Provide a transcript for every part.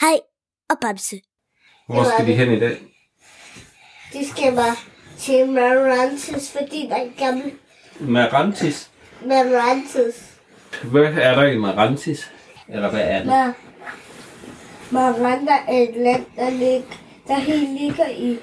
Kaj og Bamse. Hvor skal de hen i dag? De skal bare til Marantis, fordi der er en gammel Marantis? Marantis. Hvad er der i Marantis? Eller hvad er det? Maranta er et land, der helt ligger i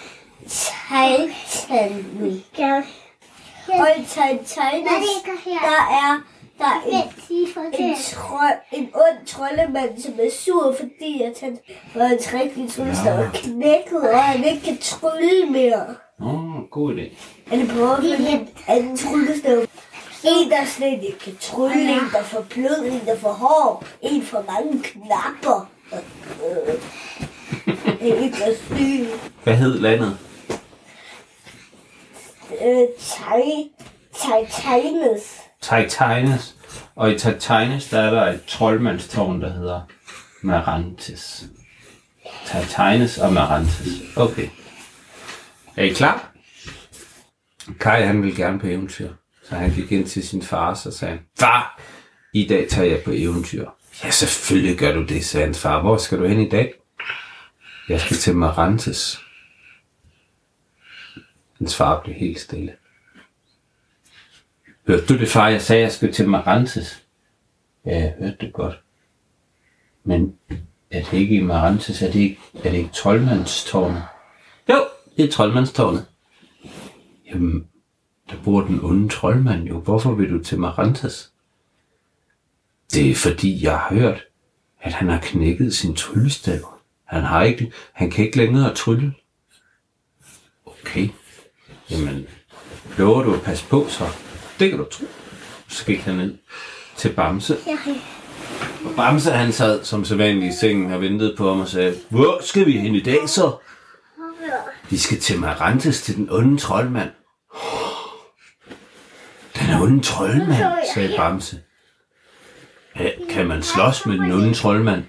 Titanic. Og i Titanic, der er en ond troldemand, som er sur, fordi at hans rigtige tryllestav er knækket, og han ikke kan trylle mere. God idé. Han prøver at finde en anden tryllestav. En, der slet ikke kan trylle, en, der får blød, en, der får hår, en for mange knapper. En, der er syg. Hvad hed landet? Titanic. Titanic. Og i Titanic, der er der et troldmandstårn, der hedder Marantis. Titanic og Marantis. Okay. Er I klar? Kaj, han vil gerne på eventyr. Så han gik ind til sin far og sagde, far, i dag tager jeg på eventyr. Ja, selvfølgelig gør du det, sagde hans far. Hvor skal du hen i dag? Jeg skal til Marantis. Hans far blev helt stille. Hørte du det, far? Jeg sagde, jeg skulle til Marantis. Ja, jeg hørte det godt. Men er det ikke i Marantis? Er det ikke troldmandstårnet? Jo, det er troldmandstårnet. Jamen, der bor den onde troldmand jo. Hvorfor vil du til Marantis? Det er fordi, jeg har hørt, at han har knækket sin tryllestav. Han kan ikke længere trylle. Okay. Jamen, lover du at passe på så? Det kan du tro. Så gik han ned til Bamse. Og Bamse, han sad som sædvanlig i sengen og ventede på ham og sagde, hvor skal vi hen i dag så? Vi skal til Marantis, til den onde troldmand. Den onde troldmand, sagde Bamse. Ja, kan man slås med den onde troldmand?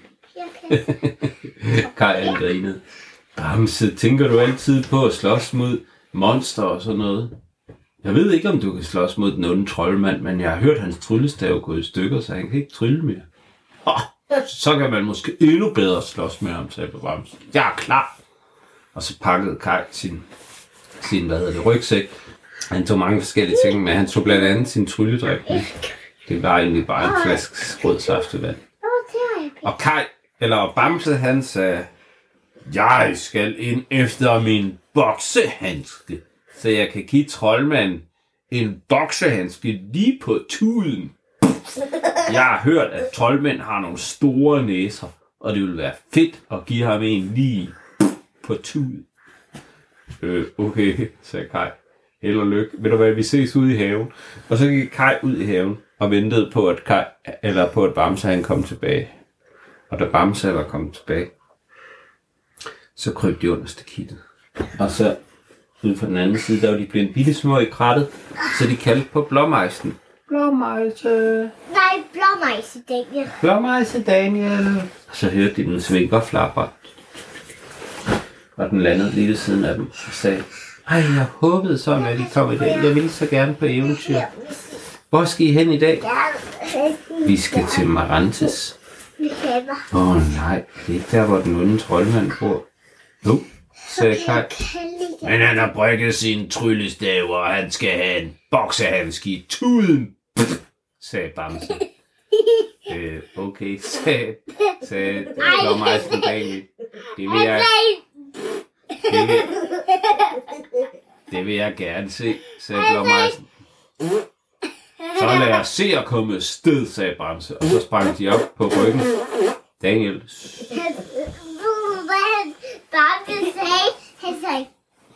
Kaj grinede. Bamse, tænker du altid på at slås mod monster og sådan noget? Jeg ved ikke, om du kan slås mod den onde troldmand, men jeg har hørt hans tryllestav gå i stykker, så han kan ikke trylle mere. Så kan man måske endnu bedre slås med ham, sagde Bamse. Jeg er klar. Og så pakkede Kaj sin rygsæk. Han tog mange forskellige ting med. Han tog blandt andet sin trylledrik med. Det var egentlig bare en flaske rød saftevand. Og Bamse, han sagde, jeg skal ind efter min boksehandske, så jeg kan give troldmanden en boksehandske lige på tuden. Jeg har hørt, at troldmænd har nogle store næser, og det ville være fedt at give ham en lige på tuden. Okay, sagde Kaj. Held og lykke. Ved du hvad, vi ses ude i haven. Og så gik Kaj ud i haven og ventede på, at Bamse han kom tilbage. Og da Bamse var kommet tilbage, så kryb de under stakittet. Og så ude på den anden side, der var de blevet bitte små i krattet, så de kaldte på Blåmejsen. Blåmejse. Nej, Blåmejse Daniel. Blåmejse Daniel. Og så hørte de den svinge og flapper. Og den landede lige ved siden af dem og sagde, ej, jeg håbede sådan, at I kom i dag. Jeg ville så gerne på eventyr. Hvor skal I hen i dag? Vi skal til Marantis. Nej, det er ikke der, hvor den onde troldmand bor. Jo, sagde Kaj. Men han har brækket sin tryllestav, og han skal have en boksehandske i tuden, sagde Bamse. Okay, sagde Blåmejsen Daniel. Det vil jeg gerne se, sagde Blåmejsen. Så lad os se at komme sted, sagde Bamse, og så sprang de op på ryggen. Daniel. Bamse sagde, han sagde,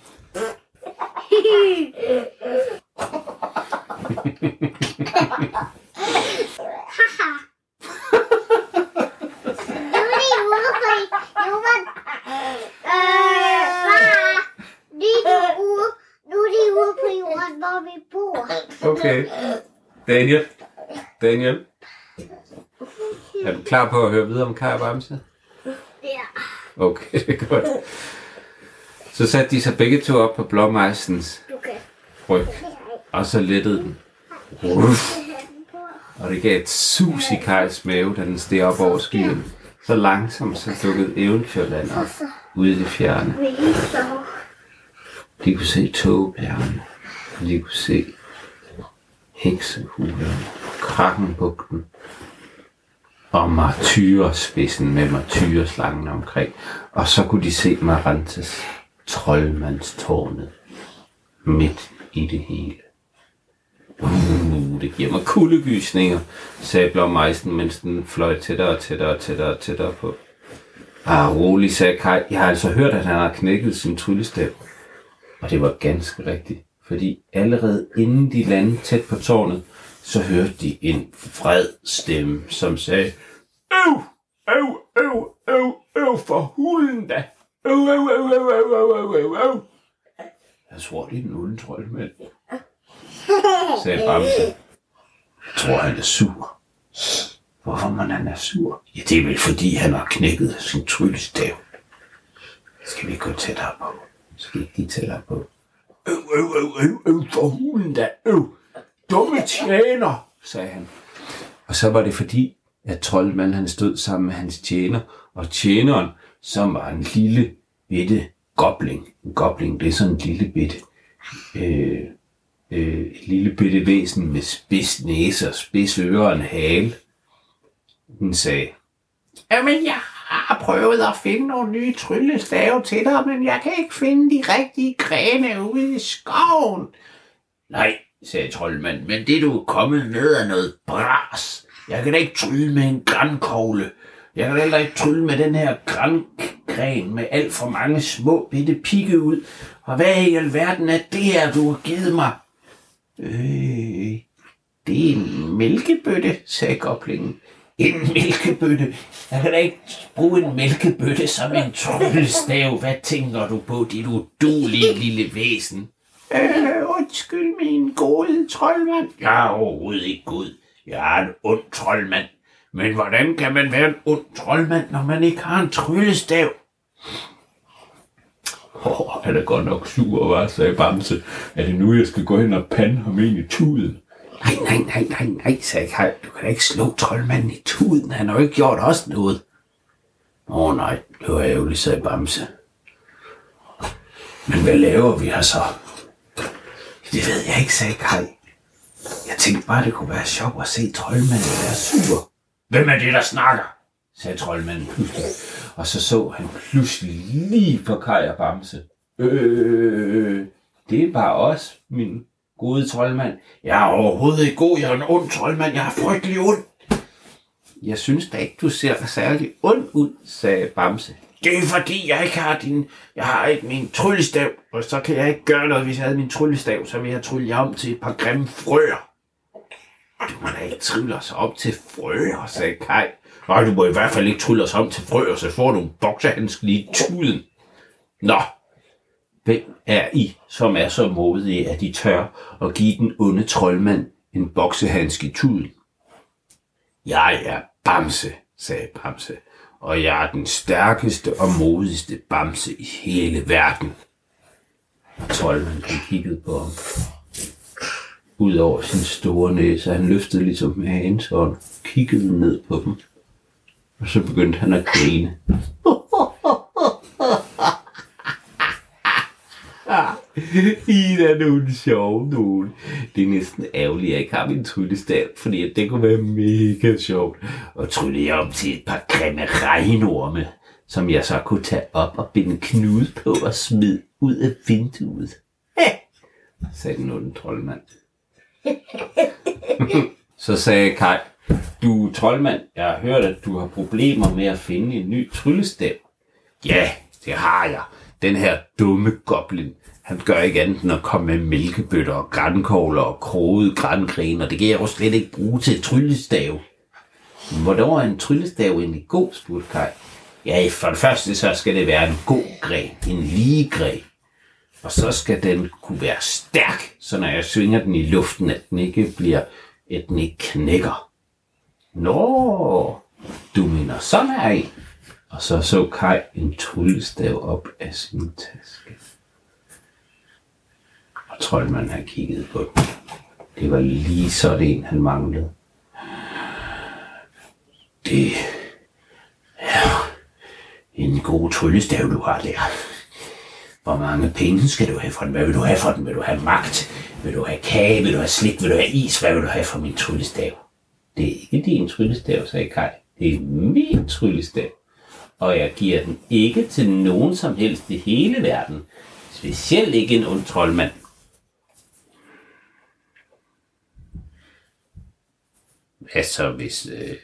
nu er de ude på jorden, hvor vi bor. Okay. Daniel. Er du klar på at høre videre om Kaj og Bamse? Ja. Okay, det er godt. Så satte de sig begge to op på Blåmejsens ryg, og så lettede den. Og det gav et sus i Kajs mave, da den steg op over skyen. Så langsomt så dukkede Eventyrland op ude i det fjerne. De kunne se togbjergene, og de kunne se heksehulen, Krakenbugten og martyrespidsen med martyrslangen omkring. Og så kunne de se Marantes troldmandstårnet midt i det hele. Det giver mig kuldegysninger, sagde Blåmejsen, mens den fløj tættere på. Rolig, sagde Kaj. Jeg har altså hørt, at han har knækket sin tryllestav. Og det var ganske rigtigt, fordi allerede inden de landede tæt på tårnet, så hørte de en vred stemme, som sagde: for hulen da! Jeg tror, det er den onde troldmand, sagde Bamse. Jeg tror, han er sur. Hvorfor man han er sur? Ja, det er vel fordi, han har knækket sin tryllestav. Skal vi gå tættere på? Skal ikke de tættere på? For hulen da! Dumme tjener, sagde han. Og så var det fordi, at troldmanden han stod sammen med hans tjener, og tjeneren, som var en lille bitte gobling. En gobling, det er sådan en lille bitte, lille bitte væsen med spids næse og spids ører og en hale. Den sagde: jamen, jeg har prøvet at finde nogle nye tryllestave til dig, men jeg kan ikke finde de rigtige grene ude i skoven. Nej, sagde troldmanden, men det du er kommet med er noget bras. Jeg kan da ikke trylle med en grankogle. Jeg kan heller ikke trylle med den her grangren med alt for mange små bitte pigge ud. Og hvad i alverden er det her, du har givet mig? Det er en mælkebøtte, sagde goblingen. En mælkebøtte? Jeg kan da ikke bruge en mælkebøtte som en tryllestav. Hvad tænker du på, dit uduelige lille væsen? Undskyld, min gode troldmand. Jeg er overhovedet ikke god. Jeg er en ond troldmand. Men hvordan kan man være en ond troldmand, når man ikke har en tryllestav? Han er godt nok sur, var, sagde Bamse. Er det nu, jeg skal gå hen og pande ham ind i tuden? Nej, sagde Kaj. Du kan da ikke slå troldmanden i tuden. Han har jo ikke gjort os noget. Nej, det var ærgerligt, sagde Bamse. Men hvad laver vi her så? Det ved jeg ikke, sagde Kaj. Jeg tænkte bare, det kunne være sjovt at se troldmanden være sur. Hvem er det, der snakker? Sagde troldmanden pludselig. Og så han pludselig lige for Kaj og Bamse. Det er bare os, min gode troldmand. Jeg er overhovedet ikke god. Jeg er en ond troldmand. Jeg er frygtelig ond. Jeg synes da ikke, du ser særlig ond ud, sagde Bamse. Det er fordi, jeg har ikke min tryllestav, og så kan jeg ikke gøre noget, hvis jeg havde min tryllestav, så vil jeg trylle jer om til et par grimme frøer. Du må da ikke trylle os op til frøer, sagde Kaj. Nej, du må i hvert fald ikke trylle os om til frøer, så får du en boksehandske lige i tuden. Nå, hvem er I, som er så modige, at I tør at give den onde troldmand en boksehandske i tuden? Jeg er Bamse, sagde Bamse, og jeg er den stærkeste og modigste Bamse i hele verden. Troldmanden kiggede på ham. Ud over sin store næse, han løftede ligesom med hans hånd, kiggede ned på dem, og så begyndte han at grine. I er nogle sjove nogen. Det er næsten ærgerligt, at jeg ikke har min tryllestav, fordi det kunne være mega sjovt at trylle jer om til et par grimme regnorme, som jeg så kunne tage op og binde knude på og smide ud af vinduet. Sagde den onde troldmand. Så sagde Kaj: du troldmand, jeg har hørt, at du har problemer med at finde en ny tryllestav. Ja, det har jeg. Den her dumme goblin, han gør ikke andet end at komme med mælkebøtter og grankogler og krogede grangrene, og det kan jeg jo slet ikke bruge til et tryllestav. Hvornår er en tryllestav egentlig god, spurgte Kaj. Ja, for det første så skal det være en god gren, en lige gren. Og så skal den kunne være stærk, så når jeg svinger den i luften, at den ikke knækker. Nå, du mener sådan er I. Og så Kaj en tryllestav op af sin taske. Og troldmanden havde kigget på den. Det var lige sådan en, han manglede. Det er En god tryllestav, du har der. Hvor mange penge skal du have for den? Hvad vil du have for den? Vil du have magt? Vil du have kage? Vil du have slik? Vil du have is? Hvad vil du have for min tryllestav? Det er ikke din tryllestav, sagde Kaj. Det er min tryllestav. Og jeg giver den ikke til nogen som helst i hele verden. Specielt ikke en ond troldmand. Hvad så hvis...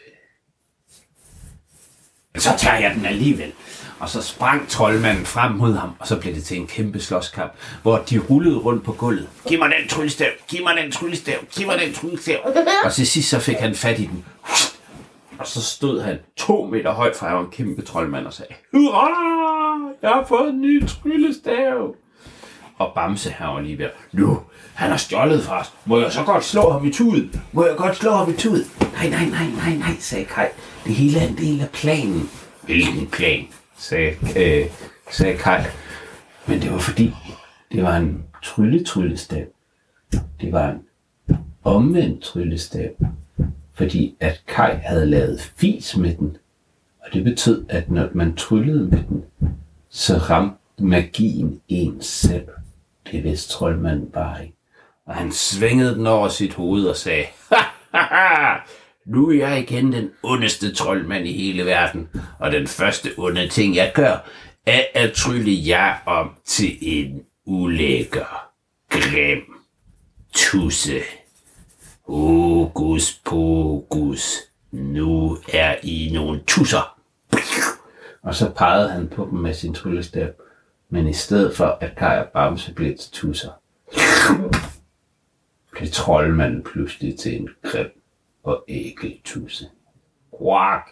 Så tager jeg den alligevel. Og så sprang troldmanden frem mod ham, og så blev det til en kæmpe slåskamp, hvor de rullede rundt på gulvet. Giv mig den tryllestav, giv mig den tryllestav, giv mig den tryllestav. Og til sidst så fik han fat i den. Og så stod han 2 meter højt fra en kæmpe troldmand og sagde, hurra, jeg har fået en ny tryllestav. Og Bamse her var lige ved, nu, han har stjålet fra os. Må jeg så godt slå ham i tudet? Må jeg godt slå ham i tudet? Nej, sagde Kaj. Det hele er en del af planen. Hvilken plan? Sagde Kaj. Men det var fordi, det var en tryllestav. Det var en omvendt tryllestav. Fordi at Kaj havde lavet fis med den. Og det betød, at når man tryllede med den, så ramte magien en selv. Det vidste troldmanden bare ikke. Og han svingede den over sit hoved og sagde, nu er jeg igen den ondeste troldmand i hele verden. Og den første onde ting, jeg gør, er at trylle jer om til en ulækker, grim tusse. Hokus pokus, nu er I nogle tusser. Og så pegede han på dem med sin tryllestav. Men i stedet for, at Kaj og Bamse blev til tusser, blev troldmanden pludselig til en grim og ækel tusse. Quack!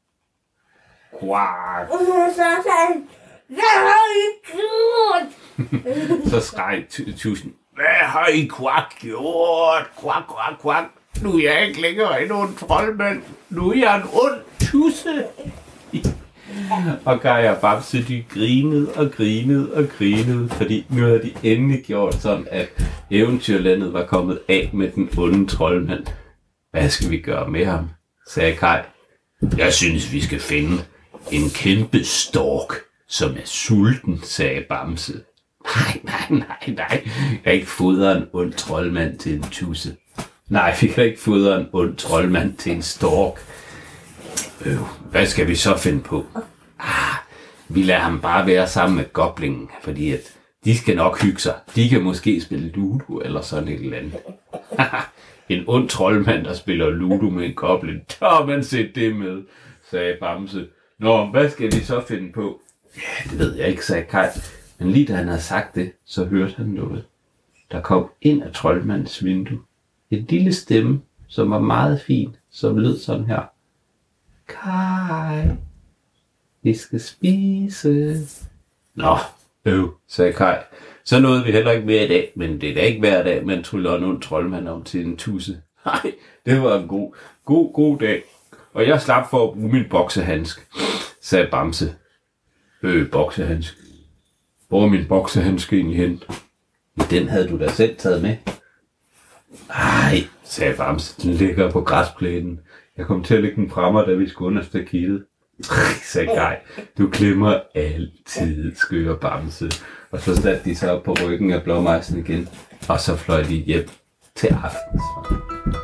Quack! Og så sagde han, hvad har I gjort? Så skreg tussen, hvad har I Quack gjort? Quack, quack, quack. Nu er jeg ikke længere en ond troldmand. Nu er jeg en ond tusse. Og Kaj og Bamse, de grinede, fordi nu havde de endelig gjort sådan, at eventyrlandet var kommet af med den onde troldmand. Hvad skal vi gøre med ham? Sagde Kaj. Jeg synes, vi skal finde en kæmpe stork, som er sulten, sagde Bamse. Nej. Jeg kan ikke fodre en ond troldmand til en tusse. Nej, vi kan ikke fodre en ond troldmand til en stork. Hvad skal vi så finde på? Vi lader ham bare være sammen med goblingen, fordi at de skal nok hygge sig. De kan måske spille Ludo eller sådan et eller andet. En ond troldmand, der spiller Ludo med en goblin. Der har man set det med, sagde Bamse. Nå, hvad skal vi så finde på? Ja, det ved jeg ikke, sagde Kaj. Men lige da han havde sagt det, så hørte han noget. Der kom ind af troldmandens vindue en lille stemme, som var meget fin, som lød sådan her. Kaj, vi skal spise. Nå, sagde Kaj. Så nåede vi heller ikke mere i dag, men det er da ikke hver dag, man tryller en ond troldmand om til en tusse. Nej, det var en god dag. Og jeg slap for at bruge min boksehandsk, sagde Bamse. Boksehandsk. Hvor er min boksehandsk egentlig hen? Den havde du da selv taget med. Ej, sagde Bamse, den ligger på græsplænen. Jeg kom til at lægge den fremme, da vi skulle under stakittet. Sagde Kaj, du glemmer altid, skøre Bamse. Og så satte de sig op på ryggen af blåmejsen igen, og så fløj de hjem til aftensmad.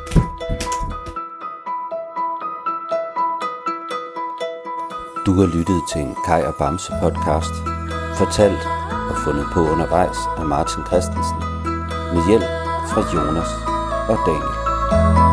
Du har lyttet til en Kaj og Bamse podcast, fortalt og fundet på undervejs af Martin Christensen, med hjælp fra Jonas og Daniel.